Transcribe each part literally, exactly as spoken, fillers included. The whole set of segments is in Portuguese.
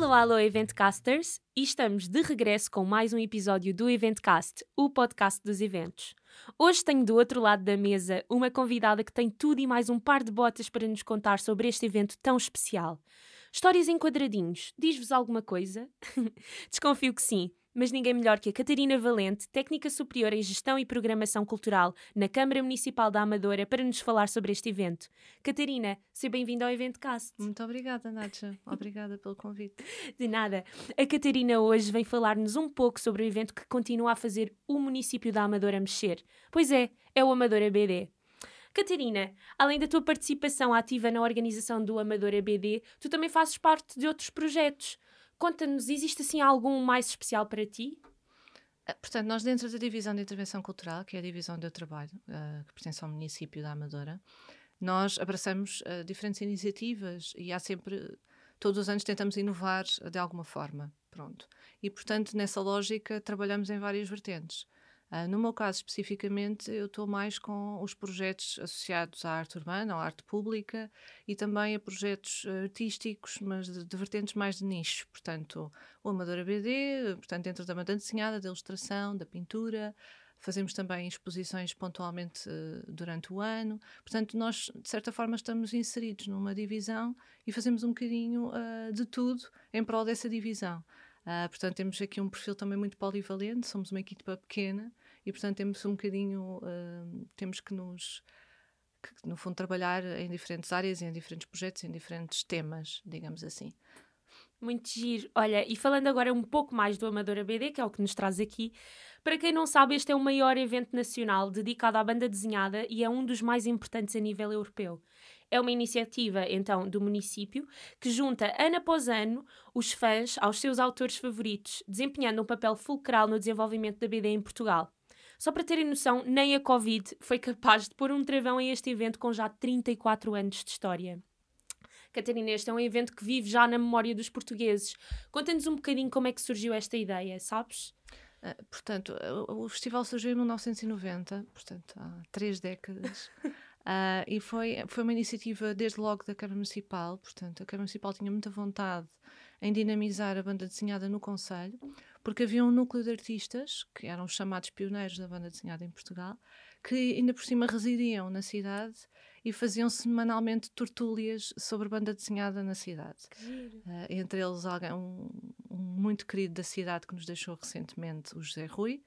Alô, alô, Eventcasters! E estamos de regresso com mais um episódio do Eventcast, o podcast dos eventos. Hoje tenho do outro lado da mesa uma convidada que tem tudo e mais um par de botas para nos contar sobre este evento tão especial. Histórias em quadradinhos, diz-vos alguma coisa? Desconfio que sim, mas ninguém melhor que a Catarina Valente, técnica superior em Gestão e Programação Cultural na Câmara Municipal da Amadora, para nos falar sobre este evento. Catarina, seja bem-vinda ao Eventcast. Muito obrigada, Nádia. Obrigada pelo convite. De nada. A Catarina hoje vem falar-nos um pouco sobre o evento que continua a fazer o município da Amadora mexer. Pois é, é o Amadora B D. Catarina, além da tua participação ativa na organização do Amadora B D, tu também fazes parte de outros projetos. Conta-nos, existe assim algum mais especial para ti? Portanto, nós dentro da Divisão de Intervenção Cultural, que é a divisão onde eu trabalho, uh, que pertence ao município da Amadora, nós abraçamos uh, diferentes iniciativas e há sempre, todos os anos tentamos inovar de alguma forma, pronto. E, portanto, nessa lógica trabalhamos em várias vertentes. Uh, no meu caso, especificamente, eu estou mais com os projetos associados à arte urbana, à arte pública e também a projetos artísticos, mas de, de vertentes mais de nicho. Portanto, o Amadora B D, portanto, dentro da banda desenhada, da ilustração, da pintura. Fazemos também exposições pontualmente uh, durante o ano. Portanto, nós, de certa forma, estamos inseridos numa divisão e fazemos um bocadinho uh, de tudo em prol dessa divisão. Uh, portanto, temos aqui um perfil também muito polivalente, somos uma equipa pequena e, portanto, temos um bocadinho, uh, temos que nos, que, no fundo, trabalhar em diferentes áreas, em diferentes projetos, em diferentes temas, digamos assim. Muito giro. Olha, e falando agora um pouco mais do Amadora B D, que é o que nos traz aqui, para quem não sabe, este é o maior evento nacional dedicado à banda desenhada e é um dos mais importantes a nível europeu. É uma iniciativa, então, do município que junta, ano após ano, os fãs aos seus autores favoritos, desempenhando um papel fulcral no desenvolvimento da B D em Portugal. Só para terem noção, nem a Covid foi capaz de pôr um travão a este evento com já trinta e quatro anos de história. Catarina, este é um evento que vive já na memória dos portugueses. Conta-nos um bocadinho como é que surgiu esta ideia, sabes? Uh, portanto, o, o festival surgiu em mil novecentos e noventa, portanto, há três décadas. Uh, e foi, foi uma iniciativa desde logo da Câmara Municipal, portanto a Câmara Municipal tinha muita vontade em dinamizar a banda desenhada no concelho, porque havia um núcleo de artistas, que eram os chamados pioneiros da banda desenhada em Portugal, que ainda por cima residiam na cidade e faziam semanalmente tertúlias sobre banda desenhada na cidade. Uh, entre eles alguém, um, um muito querido da cidade que nos deixou recentemente, o José Rui,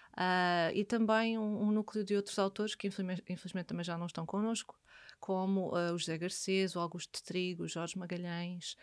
Uh, e também um, um núcleo de outros autores que infelizmente, infelizmente também já não estão connosco, como uh, o José Garcês, o Augusto de Trigo, o Jorge Magalhães,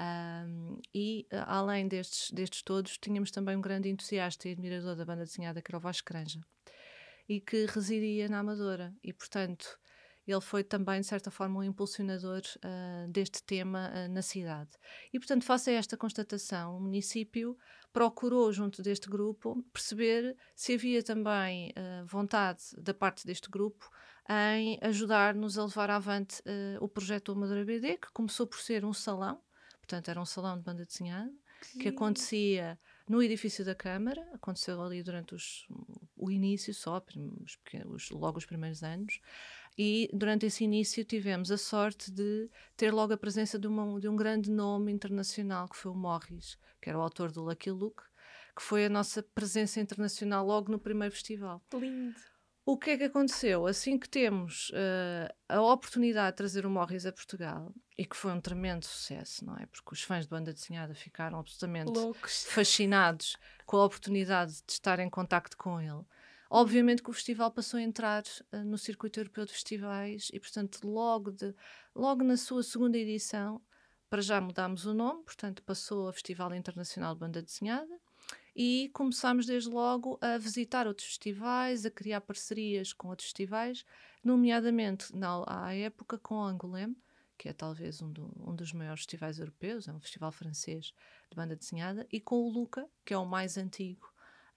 uh, e uh, além destes, destes todos, tínhamos também um grande entusiasta e admirador da banda desenhada, que era o Vasco Granja, e que residia na Amadora, e portanto ele foi também, de certa forma, um impulsionador uh, deste tema uh, na cidade. E, portanto, face a esta constatação, o município procurou, junto deste grupo, perceber se havia também uh, vontade da parte deste grupo em ajudar-nos a levar avante uh, o projeto do Amadora B D, que começou por ser um salão, portanto, era um salão de banda desenhada, que acontecia no edifício da Câmara, aconteceu ali durante os, o início só, os, os, logo os primeiros anos, e durante esse início tivemos a sorte de ter logo a presença de, uma, de um grande nome internacional, que foi o Morris, que era o autor do Lucky Luke, que foi a nossa presença internacional logo no primeiro festival. Lindo! O que é que aconteceu? Assim que temos uh, a oportunidade de trazer o Morris a Portugal, e que foi um tremendo sucesso, não é? Porque os fãs de banda desenhada ficaram absolutamente loucos, fascinados com a oportunidade de estar em contacto com ele. Obviamente que o festival passou a entrar uh, no circuito europeu de festivais e, portanto, logo, de, logo na sua segunda edição, para já mudámos o nome, portanto, passou a Festival Internacional de Banda Desenhada e começámos desde logo a visitar outros festivais, a criar parcerias com outros festivais, nomeadamente na, à época com a Angoulême, que é talvez um, do, um dos maiores festivais europeus, é um festival francês de banda desenhada, e com o Luca, que é o mais antigo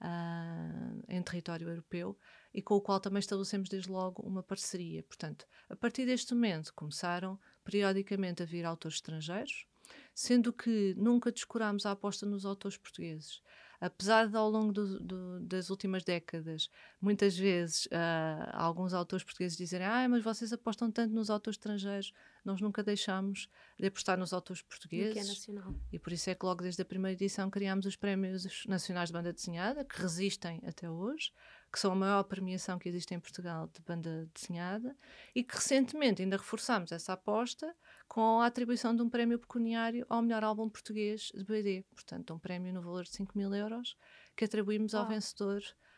Uh, em território europeu e com o qual também estabelecemos desde logo uma parceria. Portanto, a partir deste momento começaram periodicamente a vir autores estrangeiros, sendo que nunca descurámos a aposta nos autores portugueses. Apesar de ao longo do, do, das últimas décadas, muitas vezes uh, alguns autores portugueses dizerem ah, mas vocês apostam tanto nos autores estrangeiros, nós nunca deixámos de apostar nos autores Que é portugueses. nacional. E por isso é que logo desde a primeira edição criámos os Prémios Nacionais de Banda Desenhada, que resistem até hoje, que são a maior premiação que existe em Portugal de banda desenhada, e que recentemente ainda reforçámos essa aposta com a atribuição de um prémio pecuniário ao melhor álbum português de B D. Portanto, um prémio no valor de cinco mil euros que atribuímos ao Uau. vencedor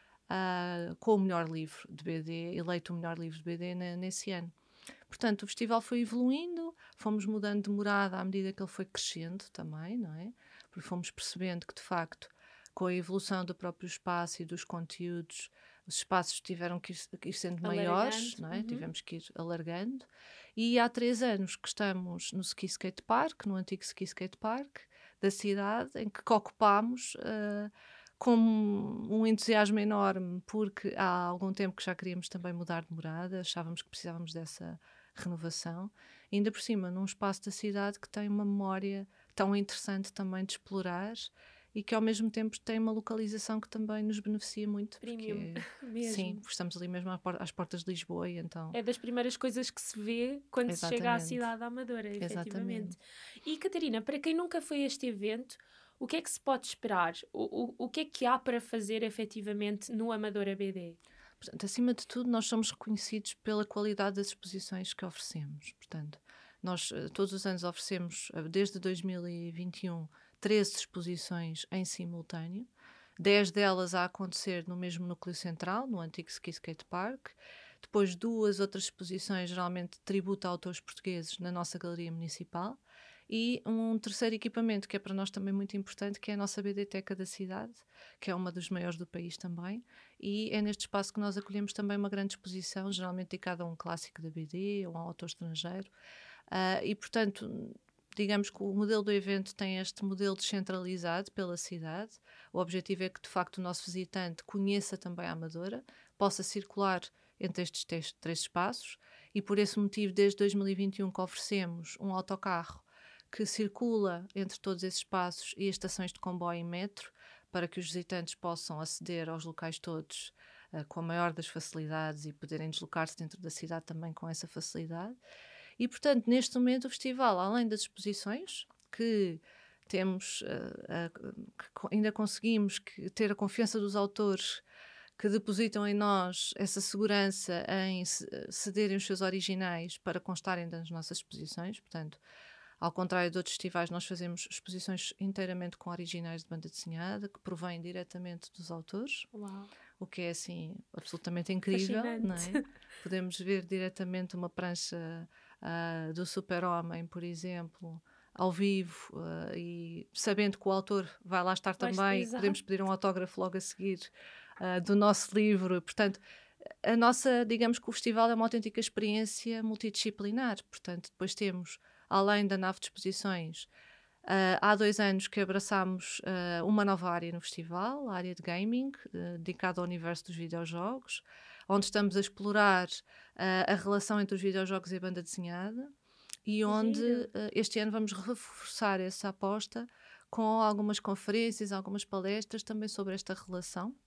uh, com o melhor livro de B D, eleito o melhor livro de B D na, nesse ano. Portanto, o festival foi evoluindo, fomos mudando de morada à medida que ele foi crescendo também, não é? Porque fomos percebendo que, de facto, com a evolução do próprio espaço e dos conteúdos, os espaços tiveram que ir, que ir sendo Alargando. maiores, não é? Uhum. Tivemos que ir alargando. E há três anos que estamos no Ski Skate Park, no antigo Ski Skate Park da cidade, em que ocupámos uh, com um entusiasmo enorme, porque há algum tempo que já queríamos também mudar de morada, achávamos que precisávamos dessa renovação, e ainda por cima num espaço da cidade que tem uma memória tão interessante também de explorar e que ao mesmo tempo tem uma localização que também nos beneficia muito. Premium, porque, mesmo. sim, estamos ali mesmo às portas de Lisboa e então... É das primeiras coisas que se vê quando Exatamente. se chega à cidade da Amadora, efetivamente. Exatamente. E Catarina, para quem nunca foi a este evento, o que é que se pode esperar? O, o, o que é que há para fazer efetivamente no Amadora B D? Portanto, acima de tudo, nós somos reconhecidos pela qualidade das exposições que oferecemos. Portanto, nós todos os anos oferecemos, desde dois mil e vinte e um, treze exposições em simultâneo, dez delas a acontecer no mesmo núcleo central, no antigo Ski Skate Park, depois duas outras exposições, geralmente de tributo a autores portugueses, na nossa galeria municipal, e um terceiro equipamento que é para nós também muito importante, que é a nossa BDteca da cidade, que é uma dos maiores do país também, e é neste espaço que nós acolhemos também uma grande exposição, geralmente dedicada a um clássico da B D ou a um autor estrangeiro, uh, e portanto... Digamos que o modelo do evento tem este modelo descentralizado pela cidade. O objetivo é que, de facto, o nosso visitante conheça também a Amadora, possa circular entre estes três, três espaços, e por esse motivo, desde dois mil e vinte e um, que oferecemos um autocarro que circula entre todos esses espaços e as estações de comboio e metro, para que os visitantes possam aceder aos locais todos uh, com a maior das facilidades e poderem deslocar-se dentro da cidade também com essa facilidade. E, portanto, neste momento o festival, além das exposições, que temos, uh, uh, que ainda conseguimos que, ter a confiança dos autores que depositam em nós essa segurança em cederem os seus originais para constarem nas nossas exposições. Portanto, ao contrário de outros festivais, nós fazemos exposições inteiramente com originais de banda desenhada, que provêm diretamente dos autores. Uau. O que é, assim, absolutamente incrível, Fascinante. não é? Podemos ver diretamente uma prancha uh, do Super-Homem, por exemplo, ao vivo, uh, e sabendo que o autor vai lá estar Vai também, estar, podemos pedir um autógrafo logo a seguir uh, do nosso livro. Portanto, a nossa, digamos que o festival é uma autêntica experiência multidisciplinar. Portanto, depois temos, além da nave de exposições, Uh, há dois anos que abraçámos uh, uma nova área no festival, a área de gaming, uh, dedicada ao universo dos videojogos, onde estamos a explorar uh, a relação entre os videojogos e a banda desenhada, e onde uh, este ano vamos reforçar essa aposta com algumas conferências, algumas palestras também sobre esta relação.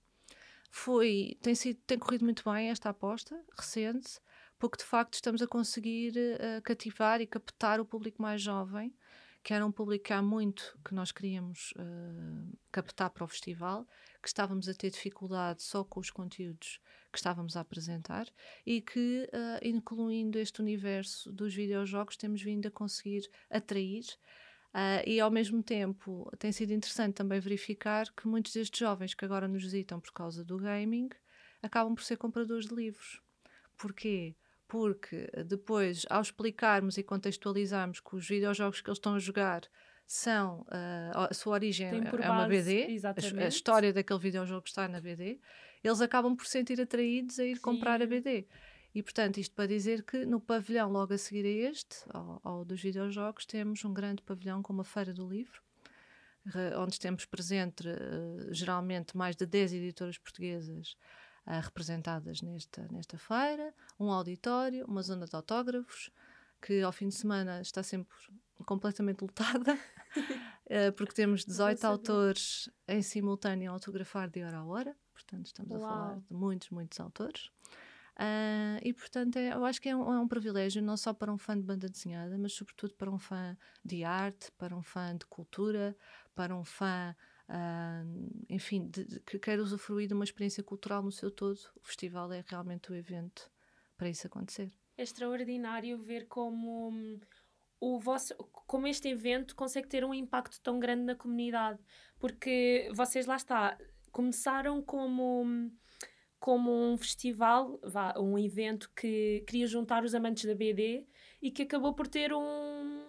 Foi, tem, sido, tem corrido muito bem esta aposta recente, porque de facto estamos a conseguir uh, cativar e captar o público mais jovem, que era um público que há muito que nós queríamos uh, captar para o festival, que estávamos a ter dificuldade só com os conteúdos que estávamos a apresentar, e que, uh, incluindo este universo dos videojogos, temos vindo a conseguir atrair. Uh, e, ao mesmo tempo, tem sido interessante também verificar que muitos destes jovens que agora nos visitam por causa do gaming acabam por ser compradores de livros. Porquê? Porque depois, ao explicarmos e contextualizarmos que os videojogos que eles estão a jogar são, uh, a sua origem é uma B D, a, a história daquele videojogo está na B D, eles acabam por se sentir atraídos a ir Sim. comprar a B D. E, portanto, isto para dizer que no pavilhão logo a seguir a este, ao, ao dos videojogos, temos um grande pavilhão com uma feira do livro, onde temos presente uh, geralmente mais de dez editoras portuguesas Uh, representadas nesta, nesta feira, um auditório, uma zona de autógrafos, que ao fim de semana está sempre completamente lotada, uh, porque temos dezoito autores em simultâneo a autografar de hora a hora, portanto estamos Uau. a falar de muitos, muitos autores. Uh, e, portanto, é, eu acho que é um, é um privilégio não só para um fã de banda desenhada, mas sobretudo para um fã de arte, para um fã de cultura, para um fã, uh, enfim, de, de, que quer usufruir de uma experiência cultural no seu todo. O festival é realmente o evento para isso acontecer. É extraordinário ver como hum, o vosso, como este evento consegue ter um impacto tão grande na comunidade, porque vocês, lá está, começaram como, hum, como um festival, vá, um evento que queria juntar os amantes da B D e que acabou por ter um,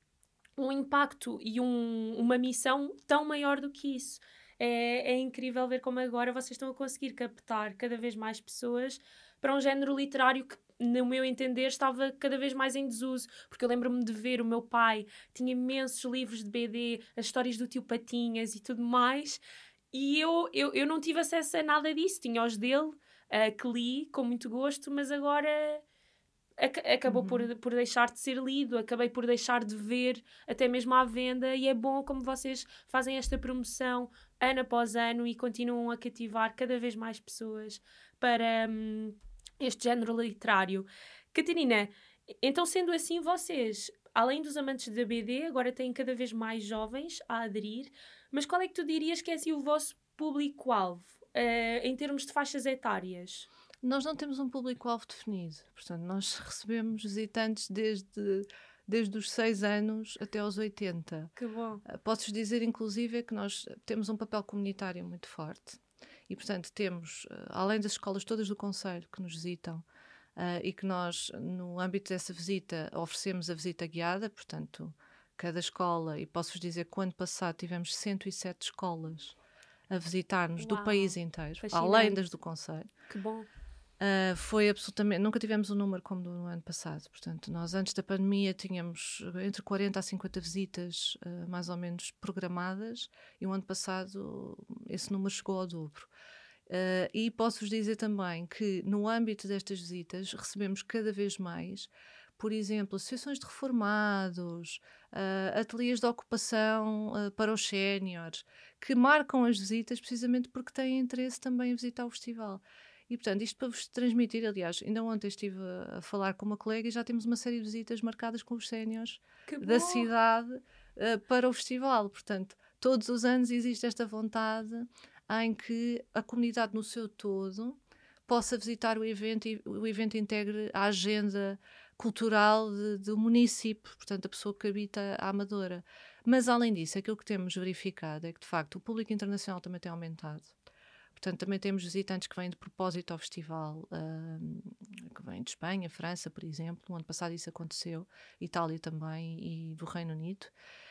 um impacto e um, uma missão tão maior do que isso. É, é incrível ver como agora vocês estão a conseguir captar cada vez mais pessoas para um género literário que, no meu entender, estava cada vez mais em desuso, porque eu lembro-me de ver o meu pai, tinha imensos livros de B D, as histórias do tio Patinhas e tudo mais, e eu, eu, eu não tive acesso a nada disso, tinha os dele, uh, que li com muito gosto, mas agora ac- acabou Uhum. por, por deixar de ser lido, acabei por deixar de ver até mesmo à venda, e é bom como vocês fazem esta promoção ano após ano e continuam a cativar cada vez mais pessoas para hum, este género literário. Catarina, então sendo assim, vocês, além dos amantes da B D, agora têm cada vez mais jovens a aderir, mas qual é que tu dirias que é assim o vosso público-alvo, uh, em termos de faixas etárias? Nós não temos um público-alvo definido, portanto, nós recebemos visitantes desde, desde os seis anos até aos oitenta. Que bom. Uh, Posso-vos dizer, inclusive, que nós temos um papel comunitário muito forte e, portanto, temos, uh, além das escolas todas do concelho que nos visitam, uh, e que nós, no âmbito dessa visita, oferecemos a visita guiada, portanto, cada escola, e posso-vos dizer que o ano passado tivemos cento e sete escolas a visitar-nos do Uau, país inteiro, fascinante. além das do concelho. Que bom. Uh, foi absolutamente, nunca tivemos um número como do ano passado, portanto nós antes da pandemia tínhamos entre quarenta a cinquenta visitas uh, mais ou menos programadas e o ano passado esse número chegou ao dobro. Uh, e posso-vos dizer também que no âmbito destas visitas recebemos cada vez mais, por exemplo, associações de reformados, uh, ateliês de ocupação uh, para os séniores, que marcam as visitas precisamente porque têm interesse também em visitar o festival. E, portanto, isto para vos transmitir, aliás, ainda ontem estive a, a falar com uma colega e já temos uma série de visitas marcadas com os séniores da cidade uh, para o festival. Portanto, todos os anos existe esta vontade em que a comunidade no seu todo possa visitar o evento e o evento integre a agenda cultural de, do município, portanto, a pessoa que habita a Amadora. Mas, além disso, aquilo que temos verificado é que, de facto, o público internacional também tem aumentado. Portanto, também temos visitantes que vêm de propósito ao festival, um, que vêm de Espanha, França, por exemplo. No ano passado isso aconteceu, Itália também e do Reino Unido.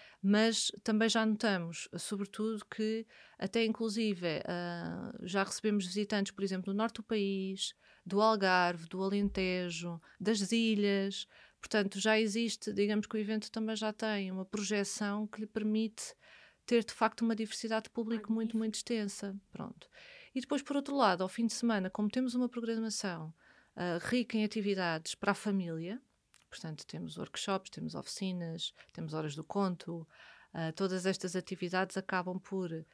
Mas também já notamos, sobretudo, que até inclusive uh, já recebemos visitantes, por exemplo, do norte do país, do Algarve, do Alentejo, das ilhas. Portanto, já existe, digamos que o evento também já tem uma projeção que lhe permite ter, de facto, uma diversidade de público muito, muito extensa. Pronto. E depois, por outro lado, ao fim de semana, como temos uma programação uh, rica em atividades para a família, portanto, temos workshops, temos oficinas, temos horas do conto, uh, todas estas atividades acabam por uh,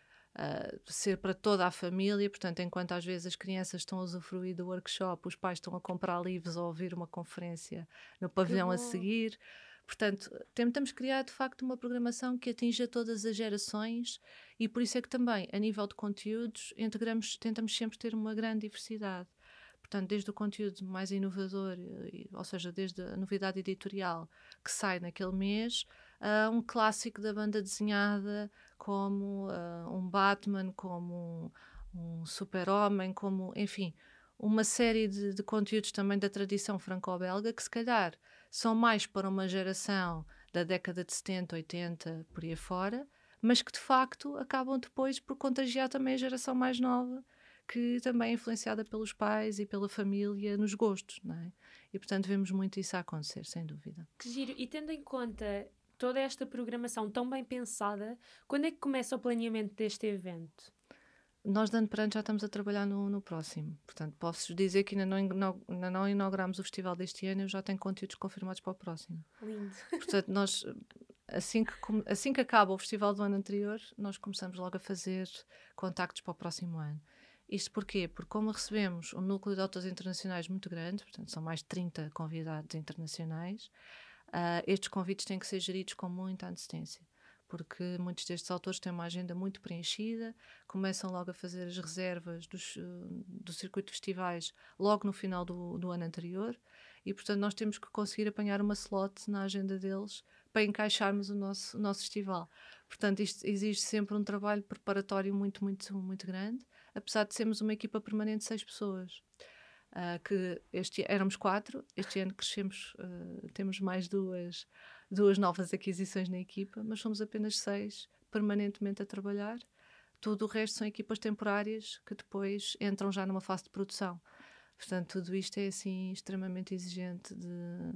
ser para toda a família, portanto, enquanto às vezes as crianças estão a usufruir do workshop, os pais estão a comprar livros ou a ouvir uma conferência no pavilhão a seguir. Portanto, tentamos criar, de facto, uma programação que atinja todas as gerações e por isso é que também, a nível de conteúdos, integramos, tentamos sempre ter uma grande diversidade. Portanto, desde o conteúdo mais inovador, ou seja, desde a novidade editorial que sai naquele mês, a um clássico da banda desenhada, como uh, um Batman, como um, um Super-Homem, como, enfim, uma série de, de conteúdos também da tradição franco-belga que, se calhar, são mais para uma geração da década de setenta, oitenta, por aí fora, mas que, de facto, acabam depois por contagiar também a geração mais nova, que também é influenciada pelos pais e pela família nos gostos, não é? E, portanto, vemos muito isso a acontecer, sem dúvida. Que giro. E tendo em conta toda esta programação tão bem pensada, quando é que começa o planeamento deste evento? Nós, de ano para ano, já estamos a trabalhar no, no próximo. Portanto, posso dizer que ainda não, ainda não inauguramos o festival deste ano, eu já tenho conteúdos confirmados para o próximo. Lindo. Portanto, nós, assim que, assim que acaba o festival do ano anterior, nós começamos logo a fazer contactos para o próximo ano. Isto porquê? Porque como recebemos um núcleo de autores internacionais muito grande, portanto são mais de trinta convidados internacionais, uh, estes convites têm que ser geridos com muita antecedência, porque muitos destes autores têm uma agenda muito preenchida, começam logo a fazer as reservas dos, uh, do circuito de festivais logo no final do, do ano anterior, e portanto nós temos que conseguir apanhar uma slot na agenda deles para encaixarmos o nosso, o nosso festival. Portanto, isto exige sempre um trabalho preparatório muito, muito, muito grande, apesar de sermos uma equipa permanente de seis pessoas. Uh, que este, éramos quatro, este ano crescemos, uh, temos mais duas, duas novas aquisições na equipa, mas somos apenas seis permanentemente a trabalhar. Tudo o resto são equipas temporárias que depois entram já numa fase de produção. Portanto, tudo isto é assim extremamente exigente de,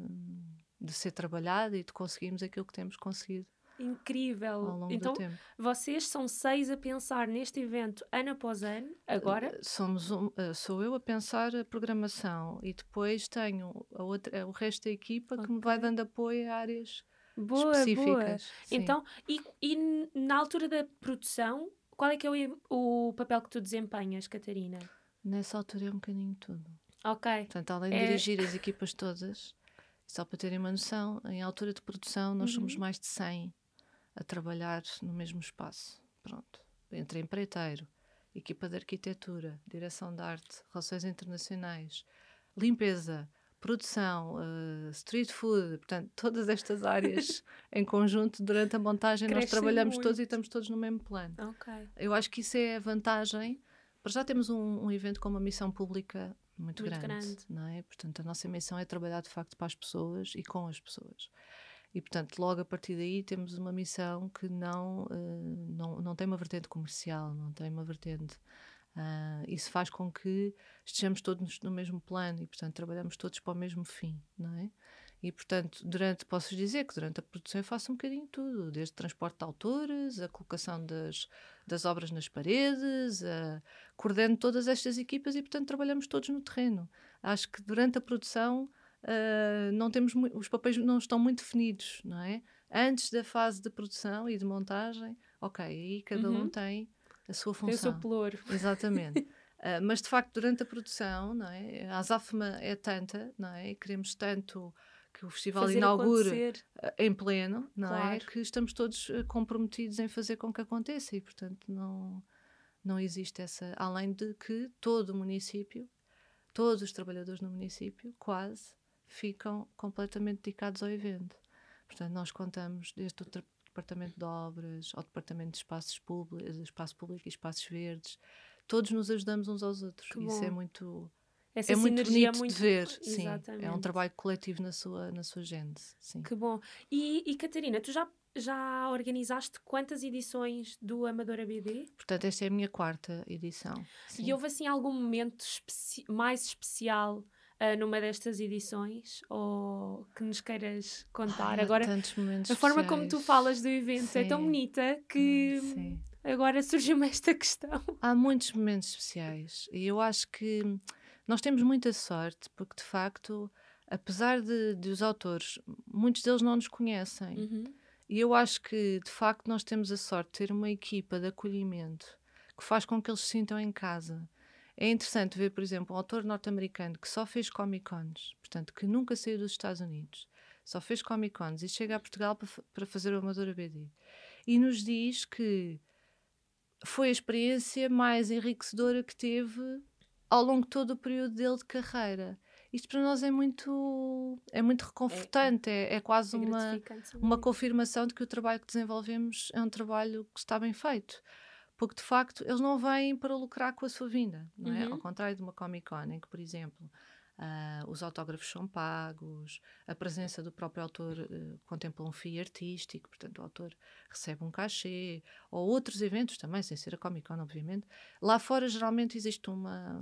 de ser trabalhado e de conseguirmos aquilo que temos conseguido. Incrível! Ao longo então, do tempo. Vocês são seis a pensar neste evento ano após ano, agora? Somos um, sou eu a pensar a programação e depois tenho a outra, o resto da equipa Okay. que me vai dando apoio a áreas boa, específicas. Boa. Então, e, e na altura da produção, qual é que é o, o papel que tu desempenhas, Catarina? Nessa altura é um bocadinho tudo. Ok. Portanto, além de é... dirigir as equipas todas, só para terem uma noção, em altura de produção nós uhum. somos mais de cem a trabalhar no mesmo espaço. Pronto. Entre empreiteiro, equipa de arquitetura, direção de arte, relações internacionais, limpeza, produção, uh, street food, portanto, todas estas áreas em conjunto durante a montagem nós trabalhamos muito. todos e estamos todos no mesmo plano. Okay. Eu acho que isso é a vantagem. Para já temos um, um evento com uma missão pública muito, muito grande, grande, não é? Portanto, a nossa missão é trabalhar de facto para as pessoas e com as pessoas. E, portanto, logo a partir daí temos uma missão que não, uh, não, não tem uma vertente comercial, não tem uma vertente... Uh, isso faz com que estejamos todos no mesmo plano e, portanto, trabalhamos todos para o mesmo fim, não é? E, portanto, durante, posso dizer que durante a produção eu faço um bocadinho tudo, desde transporte de autores, a colocação das, das obras nas paredes, a, coordeno todas estas equipas e, portanto, trabalhamos todos no terreno. Acho que durante a produção uh, não temos, os papéis não estão muito definidos, não é? Antes da fase de produção e de montagem, ok, aí cada uhum. um tem a sua função. Eu sou pelouro. Exatamente. uh, mas, de facto, durante a produção, não é? A azáfama é tanta, não é? E queremos tanto que o festival fazer inaugure acontecer. em pleno, não claro. é? Que estamos todos comprometidos em fazer com que aconteça e, portanto, não, não existe essa... Além de que todo o município, todos os trabalhadores no município, quase, ficam completamente dedicados ao evento. Portanto, nós contamos desde o tra- Departamento de Obras, ao Departamento de Espaços Públicos, Espaço Público e Espaços Verdes, todos nos ajudamos uns aos outros. Que Isso bom. é muito... Essa é muito sinergia bonito muito... de ver, sim. Exatamente. É um trabalho coletivo na sua, na sua gênese, sim. Que bom. E, e Catarina, tu já, já organizaste quantas edições do Amadora B D? Portanto, esta é a minha quarta edição. Sim. E houve assim algum momento especi- mais especial uh, numa destas edições? Ou que nos queiras contar? Ai, agora, tantos momentos a forma especiais. como tu falas do evento sim. é tão bonita que sim. agora surgiu-me esta questão. Há muitos momentos especiais e eu acho que nós temos muita sorte porque, de facto, apesar de, de os autores, muitos deles não nos conhecem. Uhum. E eu acho que, de facto, nós temos a sorte de ter uma equipa de acolhimento que faz com que eles se sintam em casa. É interessante ver, por exemplo, um autor norte-americano que só fez Comic-Cons, portanto, que nunca saiu dos Estados Unidos, só fez Comic-Cons e chega a Portugal para, para fazer o Amadora B D. E nos diz que foi a experiência mais enriquecedora que teve ao longo de todo o período dele de carreira. Isto para nós é muito, é muito reconfortante, é, é, é quase é uma, uma confirmação de que o trabalho que desenvolvemos é um trabalho que está bem feito. Porque, de facto, eles não vêm para lucrar com a sua vinda, não é? Uhum. Ao contrário de uma Comic-Con, em que, por exemplo, uh, os autógrafos são pagos, a presença do próprio autor uh, contempla um fee artístico, portanto, o autor recebe um cachê, ou outros eventos também, sem ser a Comic-Con, obviamente. Lá fora, geralmente, existe uma...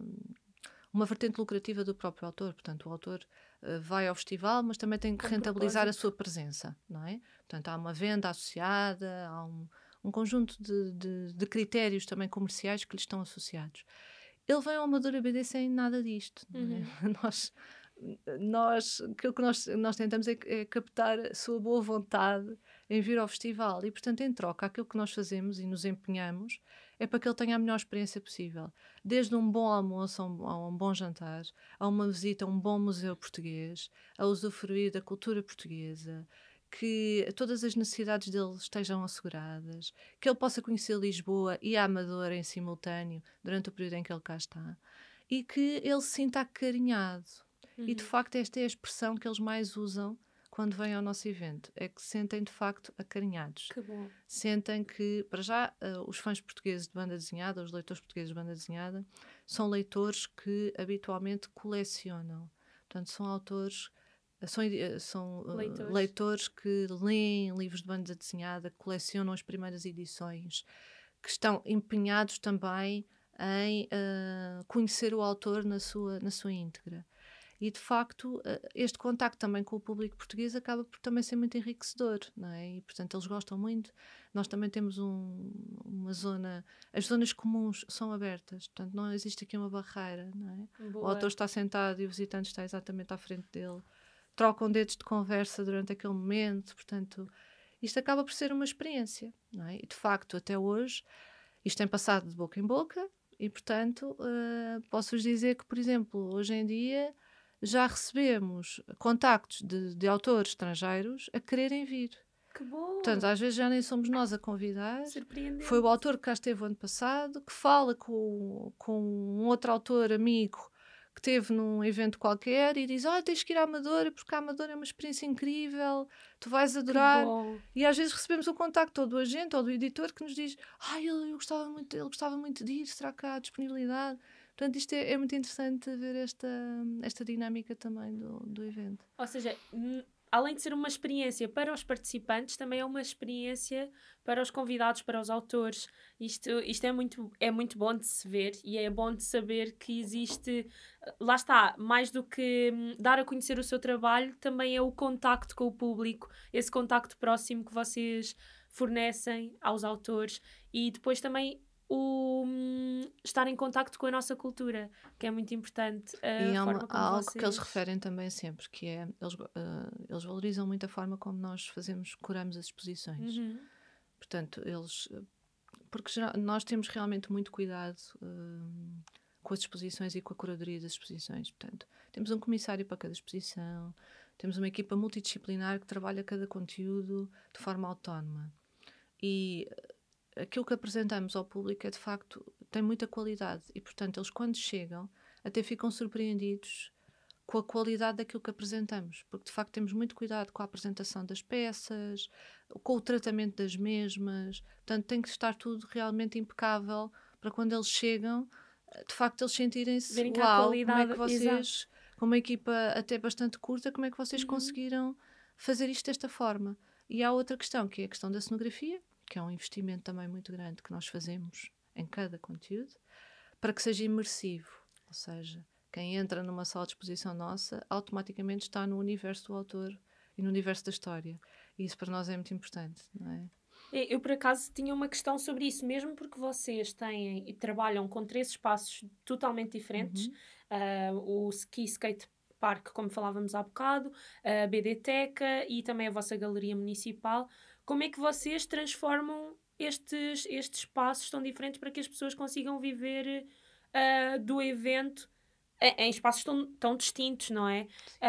uma vertente lucrativa do próprio autor, portanto o autor uh, vai ao festival, mas também tem que Com rentabilizar propósito. a sua presença, não é? Portanto há uma venda associada, há um, um conjunto de, de, de critérios também comerciais que lhe estão associados. Ele vem ao Amadora B D sem nada disto, não é? Uhum. nós, nós, aquilo que nós, nós tentamos é, é captar a sua boa vontade em vir ao festival e, portanto, em troca, aquilo que nós fazemos e nos empenhamos é para que ele tenha a melhor experiência possível. Desde um bom almoço a um, a um bom jantar, a uma visita a um bom museu português, a usufruir da cultura portuguesa, que todas as necessidades dele estejam asseguradas, que ele possa conhecer Lisboa e a Amadora em simultâneo durante o período em que ele cá está, e que ele se sinta acarinhado. Uhum. E de facto esta é a expressão que eles mais usam quando vêm ao nosso evento, é que se sentem de facto acarinhados. Que bom. Sentem que, para já, uh, os fãs portugueses de banda desenhada, os leitores portugueses de banda desenhada, são leitores que habitualmente colecionam. Portanto, são autores, uh, são, uh, são uh, Leitores. leitores que leem livros de banda desenhada, que colecionam as primeiras edições, que estão empenhados também em uh, conhecer o autor na sua, na sua íntegra. E, de facto, este contacto também com o público português acaba por também ser muito enriquecedor, não é? E, portanto, eles gostam muito. Nós também temos um, uma zona... As zonas comuns são abertas, portanto, não existe aqui uma barreira, não é? Boa. O autor está sentado e o visitante está exatamente à frente dele. Trocam dedos de conversa durante aquele momento, portanto... Isto acaba por ser uma experiência, não é? E, de facto, até hoje, isto tem passado de boca em boca e, portanto, uh, posso-vos dizer que, por exemplo, hoje em dia... já recebemos contactos de, de autores estrangeiros a quererem vir. Que bom! Portanto, às vezes já nem somos nós a convidar. Surpreendente. Foi o autor que cá esteve o ano passado, que fala com, com um outro autor amigo que esteve num evento qualquer e diz, oh, tens que ir à Amadora, porque a Amadora é uma experiência incrível, tu vais adorar. Que bom. E às vezes recebemos o contacto ou do agente ou do editor que nos diz, ah, ele, eu gostava muito, ele gostava muito de ir, será que há disponibilidade? Portanto, isto é, é muito interessante ver esta, esta dinâmica também do, do evento. Ou seja, n- além de ser uma experiência para os participantes, também é uma experiência para os convidados, para os autores. Isto, isto é, muito, é muito bom de se ver e é bom de saber que existe... Lá está, mais do que hum, dar a conhecer o seu trabalho, também é o contacto com o público, esse contacto próximo que vocês fornecem aos autores e depois também... o um, estar em contacto com a nossa cultura, que é muito importante. A e há, forma uma, como há algo vocês... que eles referem também sempre, que é, eles, uh, eles valorizam muito a forma como nós fazemos, curamos as exposições. Uhum. Portanto, eles... Porque já, nós temos realmente muito cuidado uh, com as exposições e com a curadoria das exposições. Portanto, temos um comissário para cada exposição, temos uma equipa multidisciplinar que trabalha cada conteúdo de forma autónoma. E... aquilo que apresentamos ao público é, de facto, tem muita qualidade e, portanto, eles quando chegam até ficam surpreendidos com a qualidade daquilo que apresentamos, porque, de facto, temos muito cuidado com a apresentação das peças, com o tratamento das mesmas, portanto, tem que estar tudo realmente impecável para quando eles chegam, de facto, eles sentirem-se, Verem que há uau, qualidade, como é que vocês, exato. com uma equipa até bastante curta, como é que vocês Uhum. conseguiram fazer isto desta forma? E há outra questão, que é a questão da cenografia, que é um investimento também muito grande que nós fazemos em cada conteúdo, para que seja imersivo. Ou seja, quem entra numa sala de exposição nossa, automaticamente está no universo do autor e no universo da história. E isso para nós é muito importante, não é? Eu, por acaso, tinha uma questão sobre isso, mesmo porque vocês têm e trabalham com três espaços totalmente diferentes. Uhum. Uh, o Ski Skate Park, como falávamos há bocado, a B D Teca e também a vossa galeria municipal. Como é que vocês transformam estes, estes espaços tão diferentes para que as pessoas consigam viver uh, do evento em, em espaços tão, tão distintos, não é?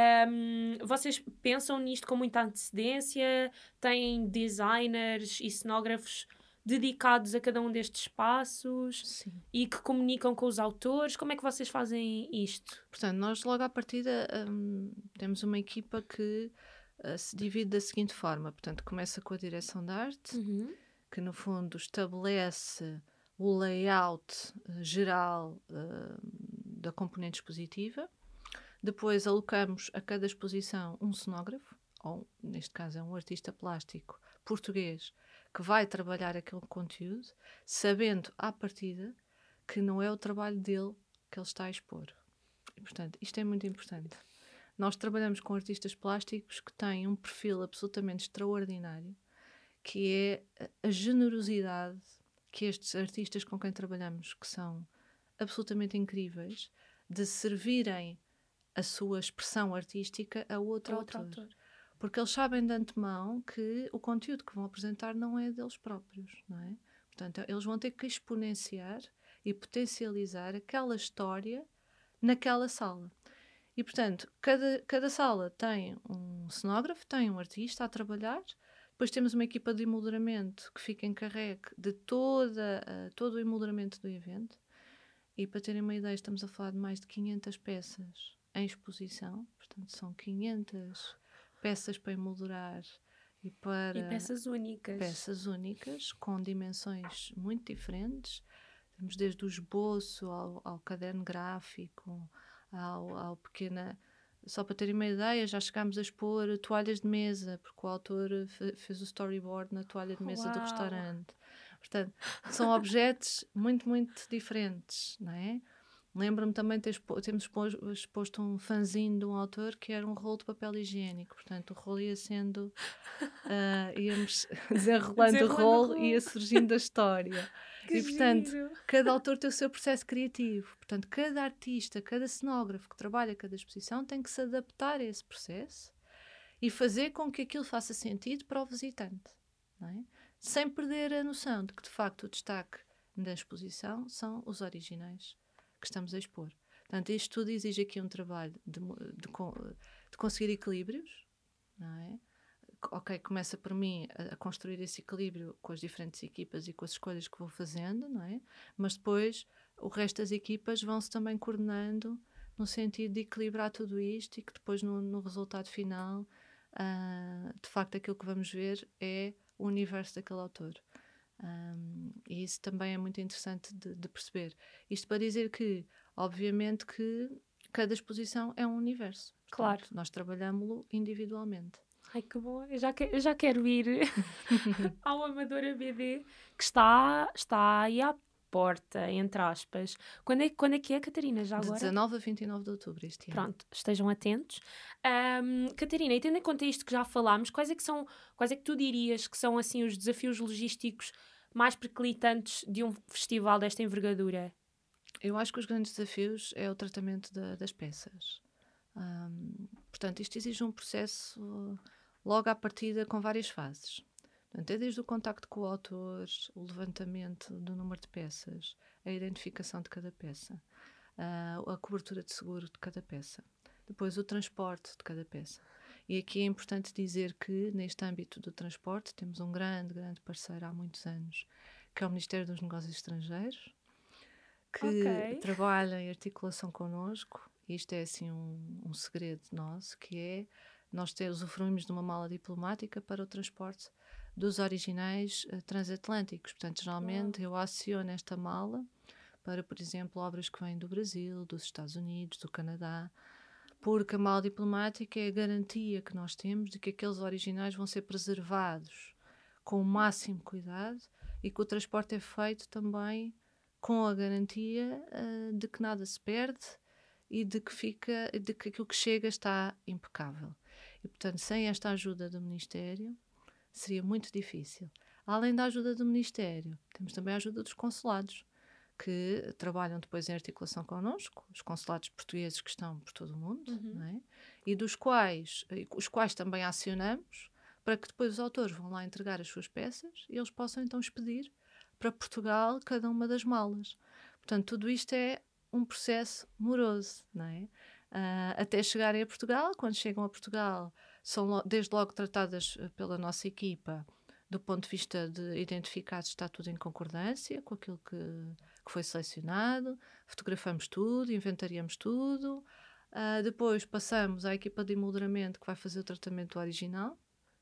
Um, vocês pensam nisto com muita antecedência? Têm designers e cenógrafos dedicados a cada um destes espaços? Sim. E que comunicam com os autores? Como é que vocês fazem isto? Portanto, nós logo à partida um, temos uma equipa que Uh, se divide da seguinte forma, portanto, começa com a direção de arte, uhum. que no fundo estabelece o layout uh, geral uh, da componente expositiva. Depois alocamos a cada exposição um cenógrafo, ou neste caso é um artista plástico português, que vai trabalhar aquele conteúdo, sabendo à partida que não é o trabalho dele que ele está a expor. E, portanto, isto é muito importante. Nós trabalhamos com artistas plásticos que têm um perfil absolutamente extraordinário, que é a generosidade que estes artistas com quem trabalhamos, que são absolutamente incríveis, de servirem a sua expressão artística a outro, outro autor. autor. Porque eles sabem de antemão que o conteúdo que vão apresentar não é deles próprios, não é? Portanto, eles vão ter que exponenciar e potencializar aquela história naquela sala. E, portanto, cada, cada sala tem um cenógrafo, tem um artista a trabalhar, depois temos uma equipa de emolduramento que fica encarregue de toda, uh, todo o emolduramento do evento. E, para terem uma ideia, estamos a falar de mais de quinhentas peças em exposição. Portanto, são quinhentas peças para emoldurar e para... E peças únicas. Peças únicas, com dimensões muito diferentes. Temos desde o esboço ao, ao caderno gráfico, ao, ao pequena... Só para terem uma ideia, já chegámos a expor toalhas de mesa, porque o autor fez o storyboard na toalha de mesa Uau. Do restaurante. Portanto, são objetos muito, muito diferentes, não é? Lembro-me também de ter expo- termos exposto, exposto um fanzine de um autor que era um rolo de papel higiênico. Portanto, o rolo ia sendo... Uh, íamos desenrolando o rolo e ia surgindo a história. Que e, portanto, giro. cada autor tem o seu processo criativo. Portanto, cada artista, cada cenógrafo que trabalha cada exposição tem que se adaptar a esse processo e fazer com que aquilo faça sentido para o visitante, não é? Sem perder a noção de que, de facto, o destaque da exposição são os originais que estamos a expor. Portanto, isto tudo exige aqui um trabalho de, de, de conseguir equilíbrios, não é? Ok, começa por mim a, a construir esse equilíbrio com as diferentes equipas e com as escolhas que vou fazendo, não é? Mas depois o resto das equipas vão-se também coordenando no sentido de equilibrar tudo isto e que depois no, no resultado final, uh, de facto, aquilo que vamos ver é o universo daquele autor. Um, e isso também é muito interessante de, de perceber. Isto para dizer que, obviamente, que cada exposição é um universo. Portanto, claro. Nós trabalhamos-lo individualmente. Ai, que bom. Eu já, que, eu já quero ir ao Amadora B D, que está, está aí à porta, entre aspas. Quando é, quando é que é, Catarina, já agora? De dezanove a vinte e nove de outubro este ano. Pronto, estejam atentos. Um, Catarina, e tendo em conta isto que já falámos, quais é que são, quais é que tu dirias que são, assim, os desafios logísticos mais periclitantes de um festival desta envergadura? Eu acho que os grandes desafios é o tratamento da, das peças. Um, portanto, isto exige um processo logo à partida com várias fases. Portanto, é desde o contacto com o autor, o levantamento do número de peças, a identificação de cada peça, uh, a cobertura de seguro de cada peça, depois o transporte de cada peça. E aqui é importante dizer que, neste âmbito do transporte, temos um grande, grande parceiro há muitos anos, que é o Ministério dos Negócios Estrangeiros, que okay. trabalha em articulação connosco. Isto é assim um, um segredo nosso, que é nós ter, usufruímos de uma mala diplomática para o transporte dos originais uh, transatlânticos. Portanto, geralmente Uau. eu aciono esta mala para, por exemplo, obras que vêm do Brasil, dos Estados Unidos, do Canadá, porque a mala diplomática é a garantia que nós temos de que aqueles originais vão ser preservados com o máximo cuidado e que o transporte é feito também com a garantia uh, de que nada se perde e de que, fica, de que aquilo que chega está impecável. E, portanto, sem esta ajuda do Ministério, seria muito difícil. Além da ajuda do Ministério, temos também a ajuda dos consulados, que trabalham depois em articulação connosco, os consulados portugueses que estão por todo o mundo, uhum. não é? E dos quais, os quais também acionamos, para que depois os autores vão lá entregar as suas peças e eles possam então expedir para Portugal cada uma das malas. Portanto, tudo isto é um processo moroso, não é? Uh, até chegarem a Portugal. Quando chegam a Portugal, são lo- desde logo tratadas pela nossa equipa do ponto de vista de identificar se está tudo em concordância com aquilo que, que foi selecionado, fotografamos tudo, inventariamos tudo, uh, depois passamos à equipa de emolduramento que vai fazer o tratamento original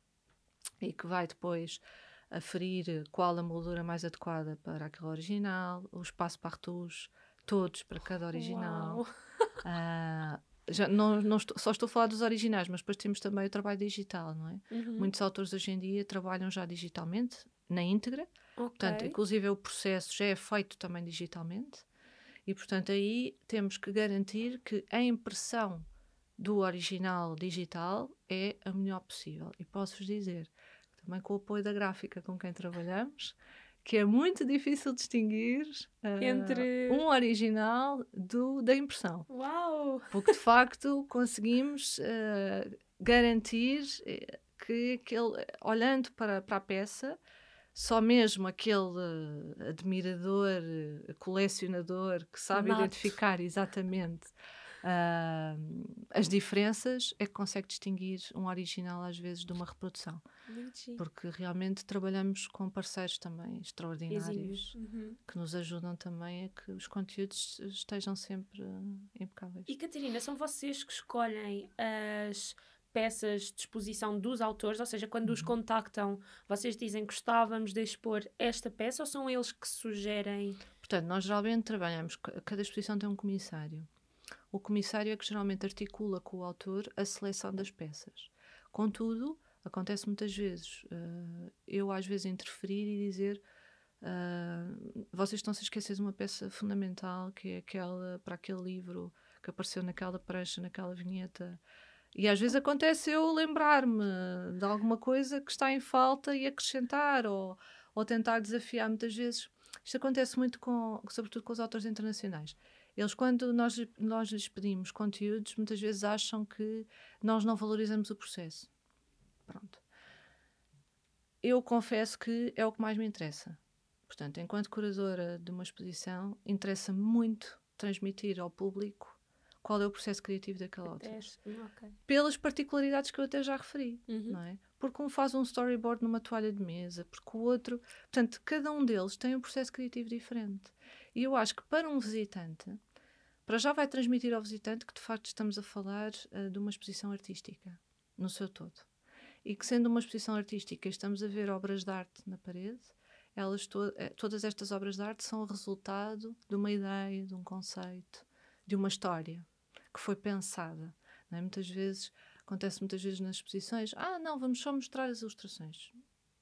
e que vai depois aferir qual a moldura mais adequada para aquele original, o espaço para retouche, todos para cada original. Uh, já não, não estou, só estou a falar dos originais, mas depois temos também o trabalho digital, não é? Uhum. Muitos autores hoje em dia trabalham já digitalmente, na íntegra, okay. Portanto, inclusive o processo já é feito também digitalmente e, portanto, aí temos que garantir que a impressão do original digital é a melhor possível. E posso-vos dizer, também com o apoio da gráfica com quem trabalhamos, que é muito difícil distinguir uh, Entre... um original do, da impressão. Uau! Porque, de facto, conseguimos uh, garantir que, aquele, olhando para, para a peça, só mesmo aquele uh, admirador, uh, colecionador que sabe Nato. identificar exatamente uh, as diferenças é que consegue distinguir um original às vezes de uma reprodução. Porque realmente trabalhamos com parceiros também extraordinários uhum. que nos ajudam também a que os conteúdos estejam sempre uh, impecáveis. E Catarina, são vocês que escolhem as peças de exposição dos autores, ou seja, quando uhum. os contactam, vocês dizem que gostávamos de expor esta peça ou são eles que sugerem? Portanto, nós geralmente trabalhamos, cada exposição tem um comissário. O comissário é que geralmente articula com o autor a seleção das peças. Contudo, acontece muitas vezes, uh, eu às vezes interferir e dizer uh, vocês estão-se a esquecer de uma peça fundamental que é aquela, para aquele livro que apareceu naquela prancha, naquela vinheta. E às vezes acontece eu lembrar-me de alguma coisa que está em falta e acrescentar ou, ou tentar desafiar muitas vezes. Isto acontece muito, com, sobretudo com os autores internacionais. Eles, quando nós, nós lhes pedimos conteúdos, muitas vezes acham que nós não valorizamos o processo. Pronto. Eu confesso que é o que mais me interessa. Portanto, enquanto curadora de uma exposição, interessa muito transmitir ao público qual é o processo criativo daquele autor. Okay. Pelas particularidades que eu até já referi, uhum. não é? Porque um faz um storyboard numa toalha de mesa, porque o outro... Portanto, cada um deles tem um processo criativo diferente. E eu acho que para um visitante, para já vai transmitir ao visitante que de facto estamos a falar uh, de uma exposição artística, no seu todo. E que sendo uma exposição artística estamos a ver obras de arte na parede, elas to- todas estas obras de arte são o resultado de uma ideia, de um conceito, de uma história que foi pensada. Não é? Muitas vezes, acontece muitas vezes nas exposições, ah, não, vamos só mostrar as ilustrações.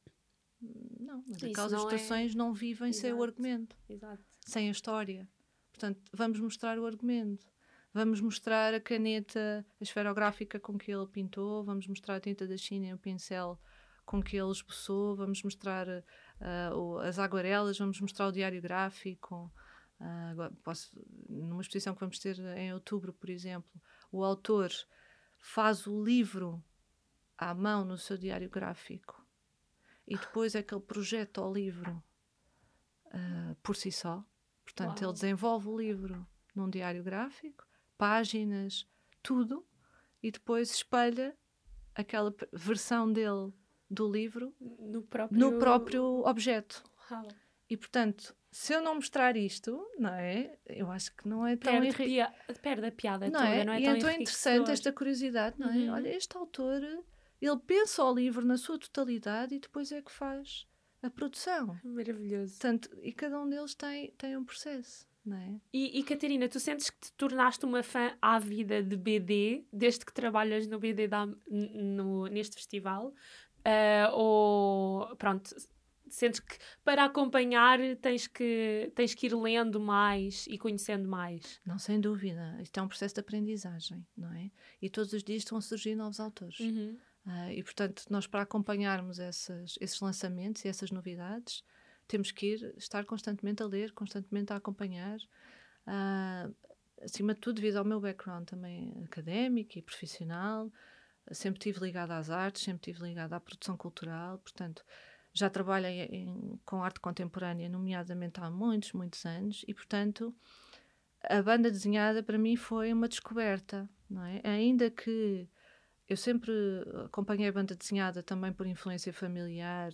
Não, mas aquelas ilustrações é... não vivem Exato. Sem o argumento, Exato. sem a história. Portanto, vamos mostrar o argumento. Vamos mostrar a caneta a esferográfica com que ele pintou, vamos mostrar a tinta da China e o pincel com que ele esboçou, vamos mostrar uh, as aguarelas, vamos mostrar o diário gráfico. Uh, agora posso, numa exposição que vamos ter em outubro, por exemplo, o autor faz o livro à mão no seu diário gráfico e depois é que ele projeta o livro uh, por si só. Portanto, Uau. Ele desenvolve o livro num diário gráfico, páginas, tudo, e depois espelha aquela versão dele do livro no próprio, no próprio objeto. Uau. E, portanto, se eu não mostrar isto, não é? Eu acho que não é tão... Perde, enri... pia... Perde a piada não toda, é? não é e tão é tão interessante esta curiosidade, não é? Uhum. Olha, este autor, ele pensa o livro na sua totalidade e depois é que faz a produção. Maravilhoso. Portanto, e cada um deles tem, tem um processo, não é? E, e Catarina, tu sentes que te tornaste uma fã ávida de B D, desde que trabalhas no B D da, no, neste festival? Uh, ou, pronto... Sentes que para acompanhar tens que, tens que ir lendo mais e conhecendo mais? Não, sem dúvida. Isto é um processo de aprendizagem, não é? E todos os dias estão a surgir novos autores. Uhum. Uh, e, portanto, nós para acompanharmos essas, esses lançamentos e essas novidades, temos que ir, estar constantemente a ler, constantemente a acompanhar. Uh, acima de tudo, devido ao meu background também académico e profissional, sempre estive ligada às artes, sempre estive ligada à produção cultural, portanto... Já trabalhei em, com arte contemporânea, nomeadamente há muitos, muitos anos, e, portanto, a banda desenhada para mim foi uma descoberta, não é? Ainda que eu sempre acompanhei a banda desenhada também por influência familiar,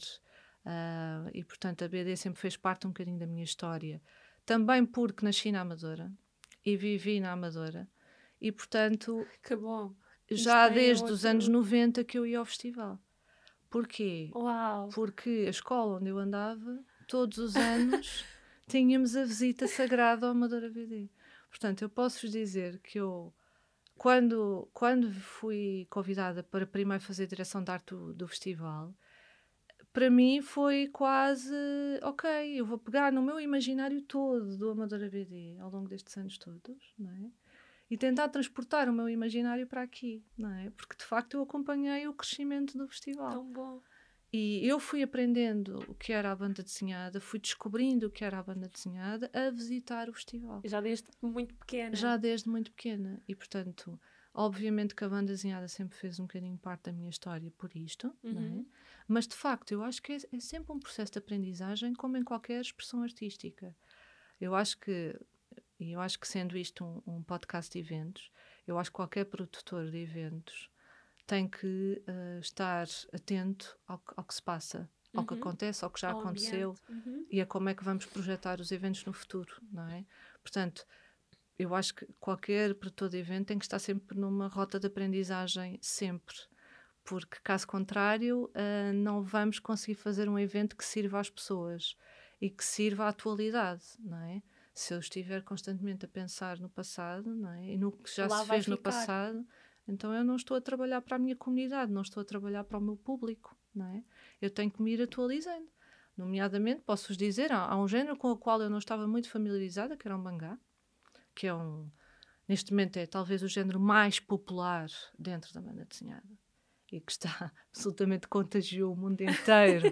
uh, e, portanto, a B D sempre fez parte um bocadinho da minha história. Também porque nasci na Amadora e vivi na Amadora, e, portanto, que bom. já desde outro... os anos noventa que eu ia ao festival. Porquê? Uau. Porque a escola onde eu andava, todos os anos, tínhamos a visita sagrada ao Amadora B D. Portanto, eu posso-vos dizer que eu, quando, quando fui convidada para primeiro fazer a direção de arte do, do festival, para mim foi quase, ok, eu vou pegar no meu imaginário todo do Amadora B D, ao longo destes anos todos, não é? E tentar transportar o meu imaginário para aqui, não é? Porque, de facto, eu acompanhei o crescimento do festival. Tão bom. E eu fui aprendendo o que era a banda desenhada, fui descobrindo o que era a banda desenhada a visitar o festival. Já desde muito pequena. Já desde muito pequena. E, portanto, Obviamente que a banda desenhada sempre fez um bocadinho parte da minha história por isto, Uhum. não é? Mas de facto eu acho que é, é sempre um processo de aprendizagem como em qualquer expressão artística. Eu acho que, e eu acho que sendo isto um, um podcast de eventos, eu acho que qualquer produtor de eventos tem que uh, estar atento ao, ao que se passa, ao Uhum. que acontece, ao que já Ao aconteceu uhum. e a como é que vamos projetar os eventos no futuro, não é? Portanto, eu acho que qualquer produtor de evento tem que estar sempre numa rota de aprendizagem, sempre. Porque, caso contrário, uh, não vamos conseguir fazer um evento que sirva às pessoas e que sirva à atualidade, não é? Se eu estiver constantemente a pensar no passado, não é? E no que já Lá se vai fez no ficar. passado, então eu não estou a trabalhar para a minha comunidade, não estou a trabalhar para o meu público, não é? Eu tenho que me ir atualizando. Nomeadamente, posso-vos dizer, há, há um género com o qual eu não estava muito familiarizada, que era o mangá, que é um, neste momento é talvez o género mais popular dentro da banda desenhada e que está absolutamente contagiou o mundo inteiro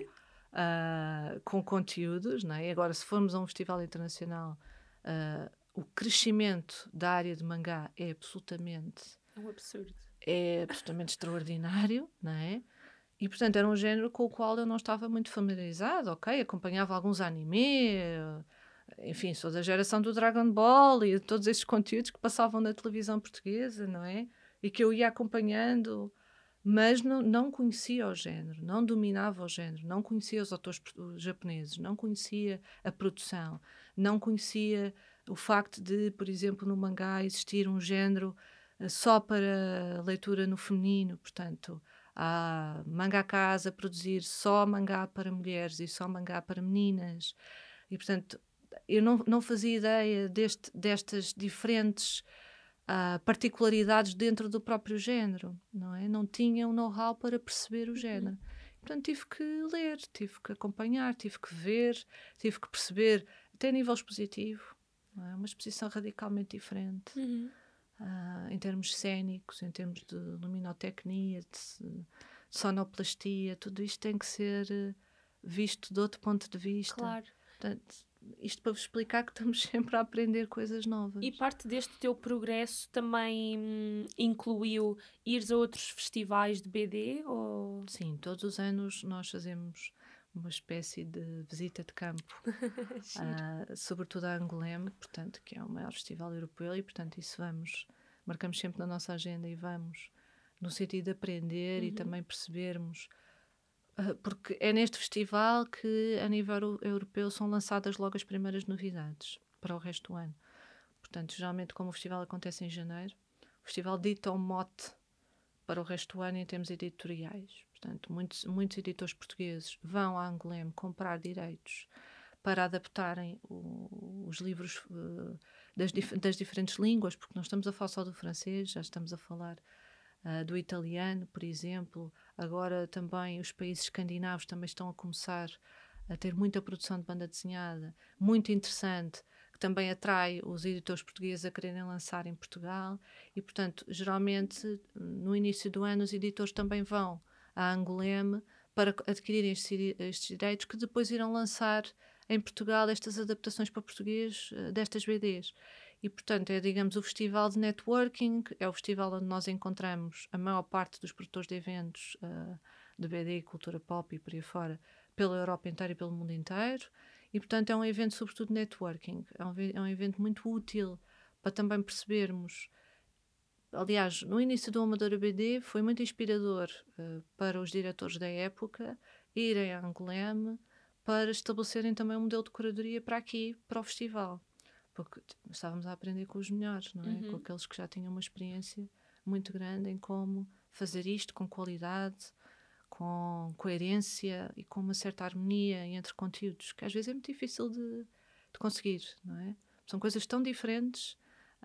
uh, com conteúdos, não é? E agora, se formos a um festival internacional, uh, o crescimento da área de mangá é absolutamente É um absurdo. é absolutamente extraordinário, não é? E, portanto, era um género com o qual eu não estava muito familiarizado, ok? Acompanhava alguns anime, enfim, sou da geração do Dragon Ball e de todos esses conteúdos que passavam na televisão portuguesa, não é? E que eu ia acompanhando, mas não, não conhecia o género, não dominava o género, não conhecia os autores japoneses, não conhecia a produção, não conhecia o facto de, por exemplo, no mangá existir um género uh, só para leitura no feminino, portanto, há mangakas a produzir só mangá para mulheres e só mangá para meninas, e portanto eu não, não fazia ideia deste, destas diferentes uh, particularidades dentro do próprio género, não é? Não tinha um know-how para perceber o género. Uhum. Portanto, tive que ler, tive que acompanhar, tive que ver, tive que perceber, até a nível expositivo, não é? Uma exposição radicalmente diferente. Uhum. Uh, em termos cênicos, em termos de luminotecnia, de, de sonoplastia, tudo isto tem que ser uh, visto de outro ponto de vista. Claro. Portanto, isto para vos explicar que estamos sempre a aprender coisas novas. E parte deste teu progresso também hum, incluiu ires a outros festivais de B D? Ou... Sim, todos os anos nós fazemos uma espécie de visita de campo, uh, sobretudo a Angoulême, portanto, que é o maior festival europeu, e portanto isso vamos, marcamos sempre na nossa agenda e vamos no sentido de aprender uhum. e também percebermos, uh, porque é neste festival que a nível europeu são lançadas logo as primeiras novidades para o resto do ano. Portanto, geralmente como o festival acontece em janeiro, o festival dita um mote para o resto do ano em termos editoriais. Portanto, muitos, muitos editores portugueses vão à Angoulême comprar direitos para adaptarem o, os livros uh, das, dif das diferentes línguas, porque não estamos a falar só do francês, já estamos a falar uh, do italiano, por exemplo. Agora também os países escandinavos também estão a começar a ter muita produção de banda desenhada, muito interessante, que também atrai os editores portugueses a quererem lançar em Portugal e, portanto, geralmente, no início do ano, os editores também vão à Angoulême para adquirirem estes, estes direitos que depois irão lançar em Portugal estas adaptações para português uh, destas B Ds. E, portanto, é, digamos, o festival de networking, é o festival onde nós encontramos a maior parte dos produtores de eventos uh, de B D, cultura pop e por aí fora, pela Europa inteira e pelo mundo inteiro. E, portanto, é um evento sobretudo de networking. É um, é um evento muito útil para também percebermos. Aliás, no início do Amadora B D foi muito inspirador uh, para os diretores da época irem a Angoulême para estabelecerem também um modelo de curadoria para aqui, para o festival. Porque estávamos a aprender com os melhores, não é? Uhum. Com aqueles que já tinham uma experiência muito grande em como fazer isto com qualidade, com coerência e com uma certa harmonia entre conteúdos, que às vezes é muito difícil de, de conseguir, não é? São coisas tão diferentes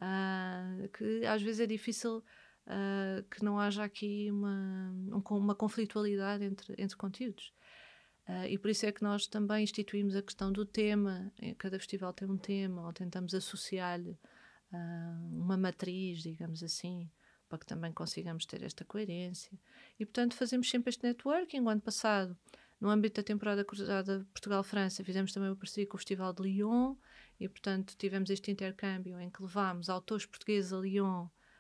uh, que às vezes é difícil uh, que não haja aqui uma, um, uma conflitualidade entre, entre conteúdos. Uh, e por isso é que nós também instituímos a questão do tema. Cada festival tem um tema, ou tentamos associar-lhe uh, uma matriz, digamos assim, para que também consigamos ter esta coerência. E, portanto, fazemos sempre este networking. O ano passado, no âmbito da temporada cruzada Portugal-França, fizemos também uma parceria com o Festival de Lyon e, portanto, tivemos este intercâmbio em que levámos autores portugueses a Lyon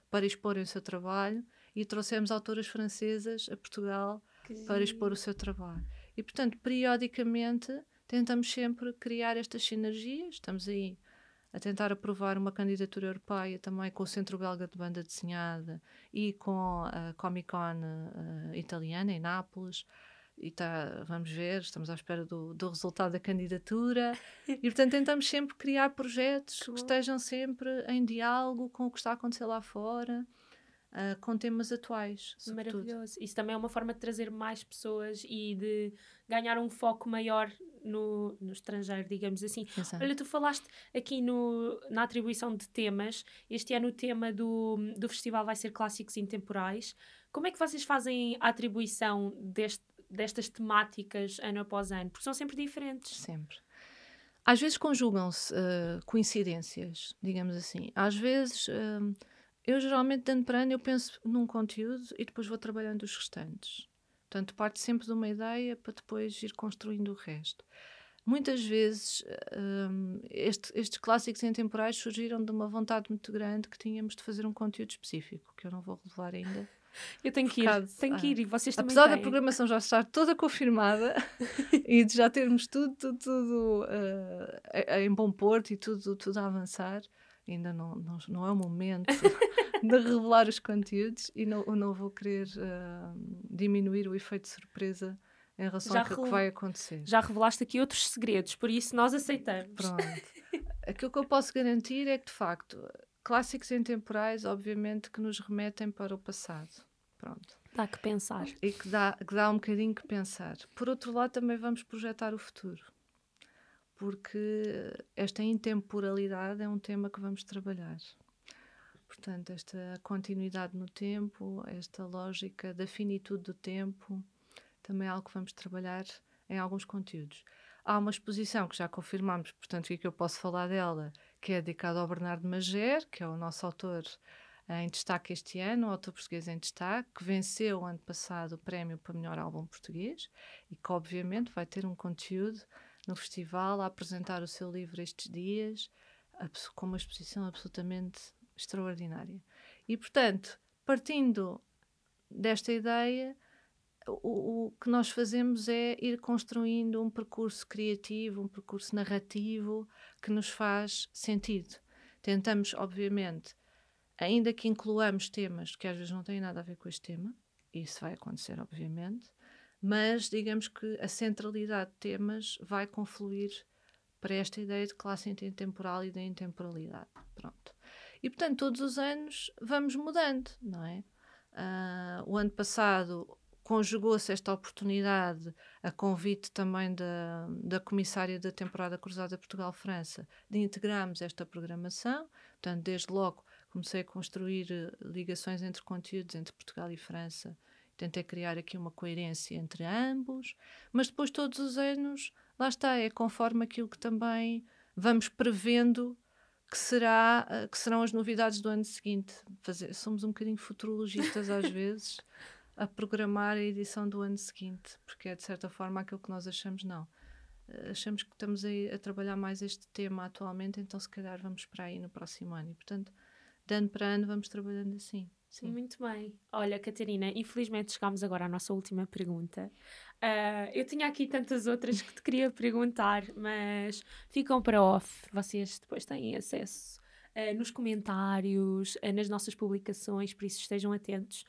para exporem o seu trabalho e trouxemos autoras francesas a Portugal Que para expor giro. o seu trabalho. E, portanto, periodicamente tentamos sempre criar estas sinergias. Estamos aí a tentar aprovar uma candidatura europeia também com o Centro Belga de Banda Desenhada e com a Comic Con uh, italiana em Nápoles. E tá, vamos ver, estamos à espera do, do resultado da candidatura. E, portanto, tentamos sempre criar projetos que, que estejam sempre em diálogo com o que está a acontecer lá fora. Uh, com temas atuais, sobretudo. Maravilhoso. Isso também é uma forma de trazer mais pessoas e de ganhar um foco maior no, no estrangeiro, digamos assim. Exato. Olha, tu falaste aqui no, na atribuição de temas. Este ano o tema do, do festival vai ser clássicos intemporais. Como é que vocês fazem a atribuição deste, destas temáticas ano após ano? Porque são sempre diferentes. Sempre. Às vezes conjugam-se uh, coincidências, digamos assim. Às vezes... Uh, Eu, geralmente, de ano para ano, eu penso num conteúdo e depois vou trabalhando os restantes. Portanto, parte sempre de uma ideia para depois ir construindo o resto. Muitas vezes, um, este, estes clássicos intemporais surgiram de uma vontade muito grande que tínhamos de fazer um conteúdo específico, que eu não vou revelar ainda. Eu tenho que ir, Caso, tenho que ir e vocês também apesar têm. da programação já estar toda confirmada e de já termos tudo, tudo, tudo uh, em bom porto e tudo, tudo a avançar, ainda não, não, não é o momento de revelar os conteúdos e não, não vou querer uh, diminuir o efeito de surpresa em relação Já ao que, re- que vai acontecer. Já revelaste aqui outros segredos, por isso nós aceitamos. Pronto. Aquilo que eu posso garantir é que, de facto, clássicos intemporais, obviamente, que nos remetem para o passado. Pronto. Dá que pensar. E que dá, que dá um bocadinho que pensar. Por outro lado, também vamos projetar o futuro. Porque esta intemporalidade é um tema que vamos trabalhar. Portanto, esta continuidade no tempo, esta lógica da finitude do tempo, também é algo que vamos trabalhar em alguns conteúdos. Há uma exposição que já confirmamos, portanto, que eu posso falar dela, que é dedicada ao Bernardo Mager, que é o nosso autor em destaque este ano, o autor português em destaque, que venceu ano passado o prémio para melhor álbum português e que, obviamente, vai ter um conteúdo no festival a apresentar o seu livro estes dias, com uma exposição absolutamente extraordinária. E, portanto, partindo desta ideia, o, o que nós fazemos é ir construindo um percurso criativo, um percurso narrativo que nos faz sentido. Tentamos, obviamente, ainda que incluamos temas que às vezes não têm nada a ver com este tema, isso vai acontecer, obviamente, mas digamos que a centralidade de temas vai confluir para esta ideia de classe intemporal e da intemporalidade. Pronto. E, portanto, todos os anos vamos mudando, não é? Uh, o ano passado conjugou-se esta oportunidade, a convite também da, da comissária da temporada Cruzada Portugal-França, de integrarmos esta programação. Portanto, desde logo comecei a construir ligações entre conteúdos entre Portugal e França. Tentei criar aqui uma coerência entre ambos, mas depois todos os anos, lá está, é conforme aquilo que também vamos prevendo que, será, que serão as novidades do ano seguinte. Fazer, somos um bocadinho futurologistas às vezes, a programar a edição do ano seguinte, porque é de certa forma aquilo que nós achamos, não. Achamos que estamos a, a trabalhar mais este tema atualmente, então se calhar vamos para aí no próximo ano. E, portanto, de ano para ano vamos trabalhando assim. Sim. Muito bem. Olha, Catarina, infelizmente chegámos agora à nossa última pergunta. Uh, eu tinha aqui tantas outras que te queria perguntar, mas ficam para off. Vocês depois têm acesso uh, nos comentários, uh, nas nossas publicações, por isso estejam atentos.